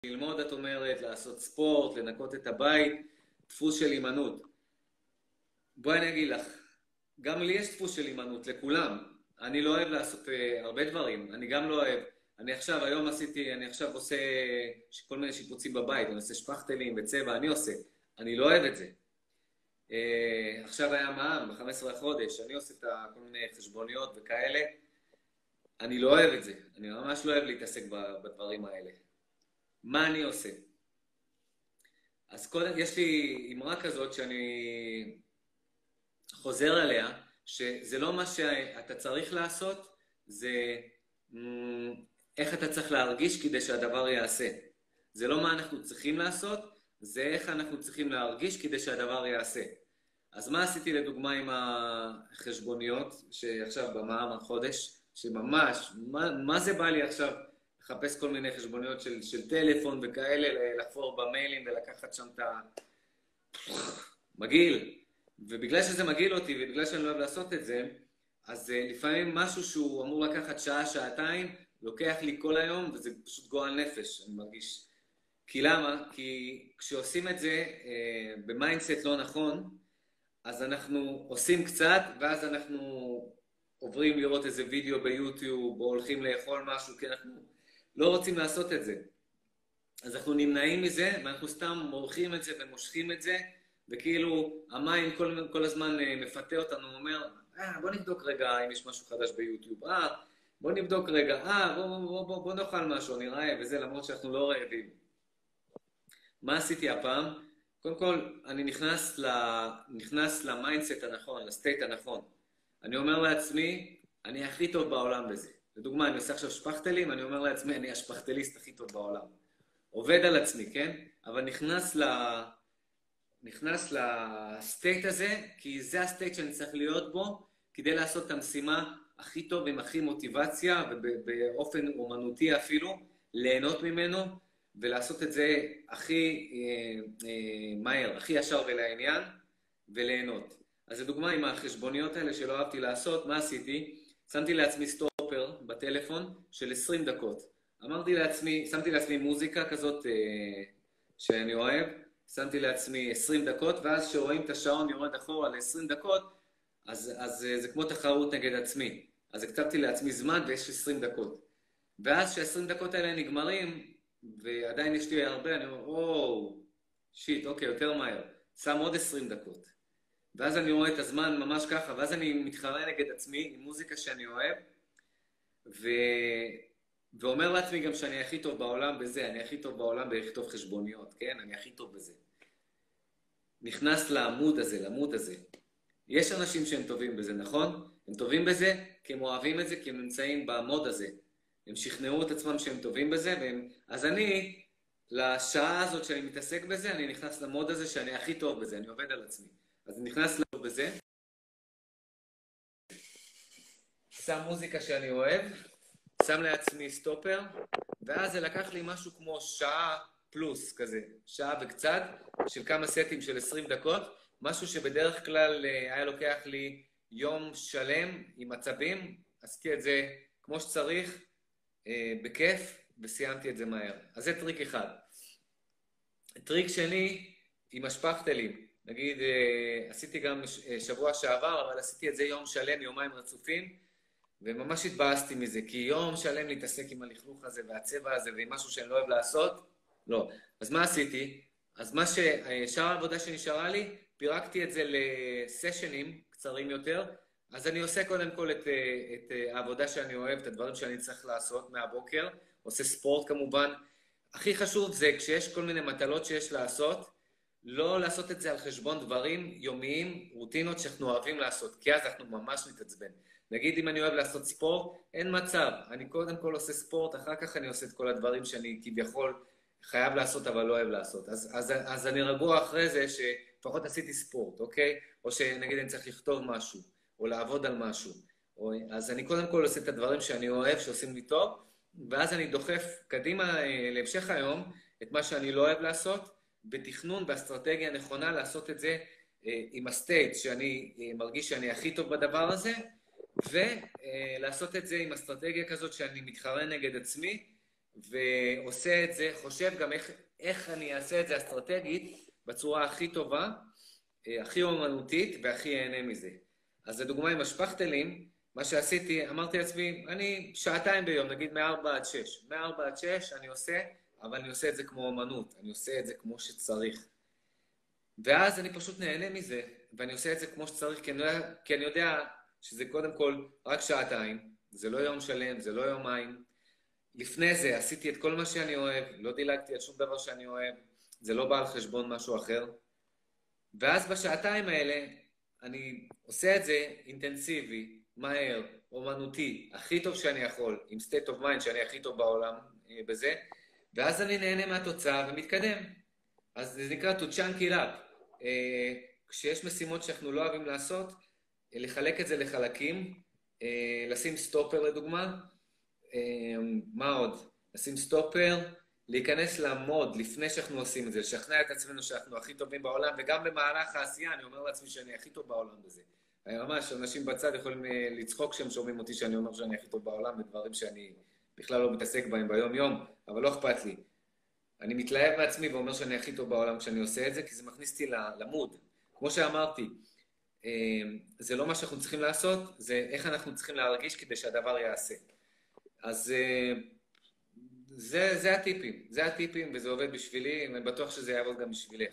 ללמוד, את אומרת, לעשות ספורט, לנקות את הבית, דפוס של הימנעות. בואי אני אגיד לך, גם לי יש דפוס של הימנעות, לכולם. אני לא אוהב לעשות הרבה דברים, אני גם לא אוהב. אני עכשיו עושה כל מיני שיפוצים בבית, אני עושה שפכטלים בצבע, אני עושה. אני לא אוהב את זה. עכשיו היה מע"מ, ב-15 לחודש, אני עושה כל מיני חשבוניות וכאלה. אני לא אוהב את זה, אני ממש לא אוהב להתעסק בדברים האלה. מה אני עושה? אז קודם, יש לי אמרה כזאת שאני חוזר עליה, שזה לא מה שאתה צריך לעשות, זה איך אתה צריך להרגיש כדי שהדבר יעשה. זה לא מה אנחנו צריכים לעשות, זה איך אנחנו צריכים להרגיש כדי שהדבר יעשה. אז מה עשיתי לדוגמה עם החשבוניות, שעכשיו במע"מ החודש, שממש, מה זה בא לי עכשיו לחפש כל מיני חשבוניות של טלפון וכאלה, לחפור במיילים ולקחת שם את מגעיל. ובגלל שזה מגעיל אותי ובגלל שאני לא אוהב לעשות את זה, אז לפעמים משהו שהוא אמור לקחת שעה, שעתיים, לוקח לי כל היום וזה פשוט גועל נפש, אני מרגיש. כי למה? כי כשעושים את זה במיינדסט לא נכון, אז אנחנו עושים קצת ואז אנחנו עוברים לראות איזה וידאו ביוטיוב או הולכים לאכול משהו, כי אנחנו לא רוצים לעשות את זה. אז אנחנו נמנעים מזה ואנחנו סתם מורחים את זה ומושכים את זה, וכאילו המים כל הזמן מפתה אותנו, הוא אומר, בוא נבדוק רגע אם יש משהו חדש ביוטיוב, בוא נבדוק רגע, בוא נאכל משהו, נראה וזה, למרות שאנחנו לא רעבים. מה עשיתי הפעם? קודם כל, אני נכנס למיינדסט הנכון, לסטייט הנכון. אני אומר לעצמי, אני הכי טוב בעולם בזה. לדוגמה, אני עושה עכשיו שפכטלים, אני אומר לעצמי, אני השפכטליסט הכי טוב בעולם. עובד על עצמי, כן? אבל נכנס לסטייט הזה, כי זה הסטייט שאני צריך להיות בו, כדי לעשות את המשימה הכי טוב עם הכי מוטיבציה, ובאופן אומנותי אפילו, ליהנות ממנו, ולעשות את זה הכי מהר, הכי ישר ולעניין, וליהנות. אז לדוגמה, עם החשבוניות האלה שלא אהבתי לעשות, מה עשיתי? שמתי לעצמי סטופר בטלפון של 20 דקות. שמתי לעצמי מוזיקה כזאת שאני אוהב, שמתי לעצמי 20 דקות, ואז כשרואים את השעון יורד אחורה ל-20 דקות, אז זה כמו תחרות נגד עצמי. אז הקצבתי לעצמי זמן ויש 20 דקות. ואז כש-20 דקות האלה נגמרים, ועדיין יש לי הרבה, אני אומר, שיט, אוקיי, יותר מהר. שם עוד 20 דקות. ואז אני רואה את הזמן ממש ככה, ואז אני מתחרה נגד עצמי עם מוזיקה שאני אוהב, ואומר לעצמי גם שאני הכי טוב בעולם בזה, אני הכי טוב בעולם בכתוב חשבוניות, כן? אני הכי טוב בזה. נכנס לעמוד הזה. יש אנשים שהם טובים בזה, נכון? הם טובים בזה כי הם אוהבים את זה, כי הם נמצאים במוד הזה. הם שכנעו את עצמם שהם טובים בזה, אז אני, לשעה הזאת שאני מתעסק בזה, אני נכנס למוד הזה שאני הכי טוב בזה, אני עובד על עצמי. אז אני נכנס למוד בזה, שם מוזיקה שאני אוהב, שם לעצמי סטופר, ואז זה לקח לי משהו כמו שעה פלוס כזה, שעה וקצת, של כמה סטים של 20 דקות, משהו שבדרך כלל היה לוקח לי יום שלם עם עצבים, עשיתי את זה כמו שצריך, בכיף, וסיימתי את זה מהר. אז זה טריק אחד. טריק שני, עם השפכטלים. נגיד, עשיתי גם שבוע שעבר, אבל עשיתי את זה יום שלם, יומיים רצופים, וממש התבאסתי מזה, כי יום שלם להתעסק עם הלכלוך הזה והצבע הזה, ועם משהו שאני לא אוהב לעשות, לא. אז מה עשיתי? אז שאר העבודה שנשארה לי, פירקתי את זה לסשנים קצרים יותר, אז אני עושה קודם כל את העבודה שאני אוהב, את הדברים שאני צריך לעשות מהבוקר, עושה ספורט כמובן. הכי חשוב זה כשיש כל מיני מטלות שיש לעשות, לא לעשות את זה על חשבון דברים יומיים, רוטינות שאנחנו אוהבים לעשות, כי אז אנחנו ממש נתעצבן. נגיד אם אני אוהב לעשות ספורט, אין מצב. אני קודם כל עושה ספורט, אחר כך אני עושה את כל הדברים שאני כביכול חייב לעשות אבל לא אוהב לעשות. אז אני רגוע אחרי זה שפחות עשיתי ספורט, אוקיי? או שנגיד אני צריך לכתוב משהו, או לעבוד על משהו. אז אני קודם כל עושה את הדברים שאני אוהב, שעושים לי טוב, ואז אני דוחף קדימה להמשך היום את מה שאני לא אוהב לעשות, בתכנון, באסטרטגיה נכונה לעשות את זה עם הסטייט שאני מרגיש שאני הכי טוב בדבר הזה, ולעשות את זה עם אסטרטגיה כזאת שאני מתחרה נגד עצמי, ועושה את זה, חושב גם איך אני אעשה את זה אסטרטגית בצורה הכי טובה, הכי אומנותית והכי אהנה מזה. אז לדוגמה עם השפכטלים, מה שעשיתי, אמרתי לעצמי, אני שעתיים ביום, נגיד מ-4 עד 6. מ-4 עד 6 אני עושה, אבל אני עושה את זה כמו אומנות, אני עושה את זה כמו שצריך. ואז אני פשוט נהנה מזה, ואני עושה את זה כמו שצריך, כי אני יודע שזה קודם כל רק שעתיים, זה לא יום שלם, זה לא יומיים. לפני זה עשיתי את כל מה שאני אוהב, לא דילגתי על שום דבר שאני אוהב, זה לא בא על חשבון משהו אחר. ואז בשעתיים האלה אני עושה את זה אינטנסיבי, מהר, אומנותי, הכי טוב שאני יכול, עם state of mind שאני הכי טוב בעולם בזה, ואז אני נהנה מהתוצאה ומתקדם. אז זה נקרא to chunk it up. כשיש משימות שאנחנו לא אוהבים לעשות, לחלק את זה לחלקים, לשים סטופר לדוגמה, מה עוד? לשים סטופר, להיכנס למוד לפני שאנחנו עושים את זה, לשכנע את עצמנו שאנחנו הכי טובים בעולם, וגם במהלך העשייה אני אומר לעצמי שאני הכי טוב בעולם בזה. ממש, אנשים בצד יכולים לצחוק כשהם שומעים אותי שאני אומר שאני הכי טוב בעולם, בדברים שאני בכלל לא מתעסק בהם ביום יום, אבל לא אכפת לי. אני מתלהב מעצמי ואומר שאני הכי טוב בעולם כשאני עושה את זה, כי זה מכניס אותי למוד. כמו שאמרתי, זה לא מה שאנחנו צריכים לעשות, זה איך אנחנו צריכים להרגיש כדי שהדבר יעשה. אז זה הטיפים, וזה עובד בשבילי, אני בטוח שזה יעבוד גם בשבילך.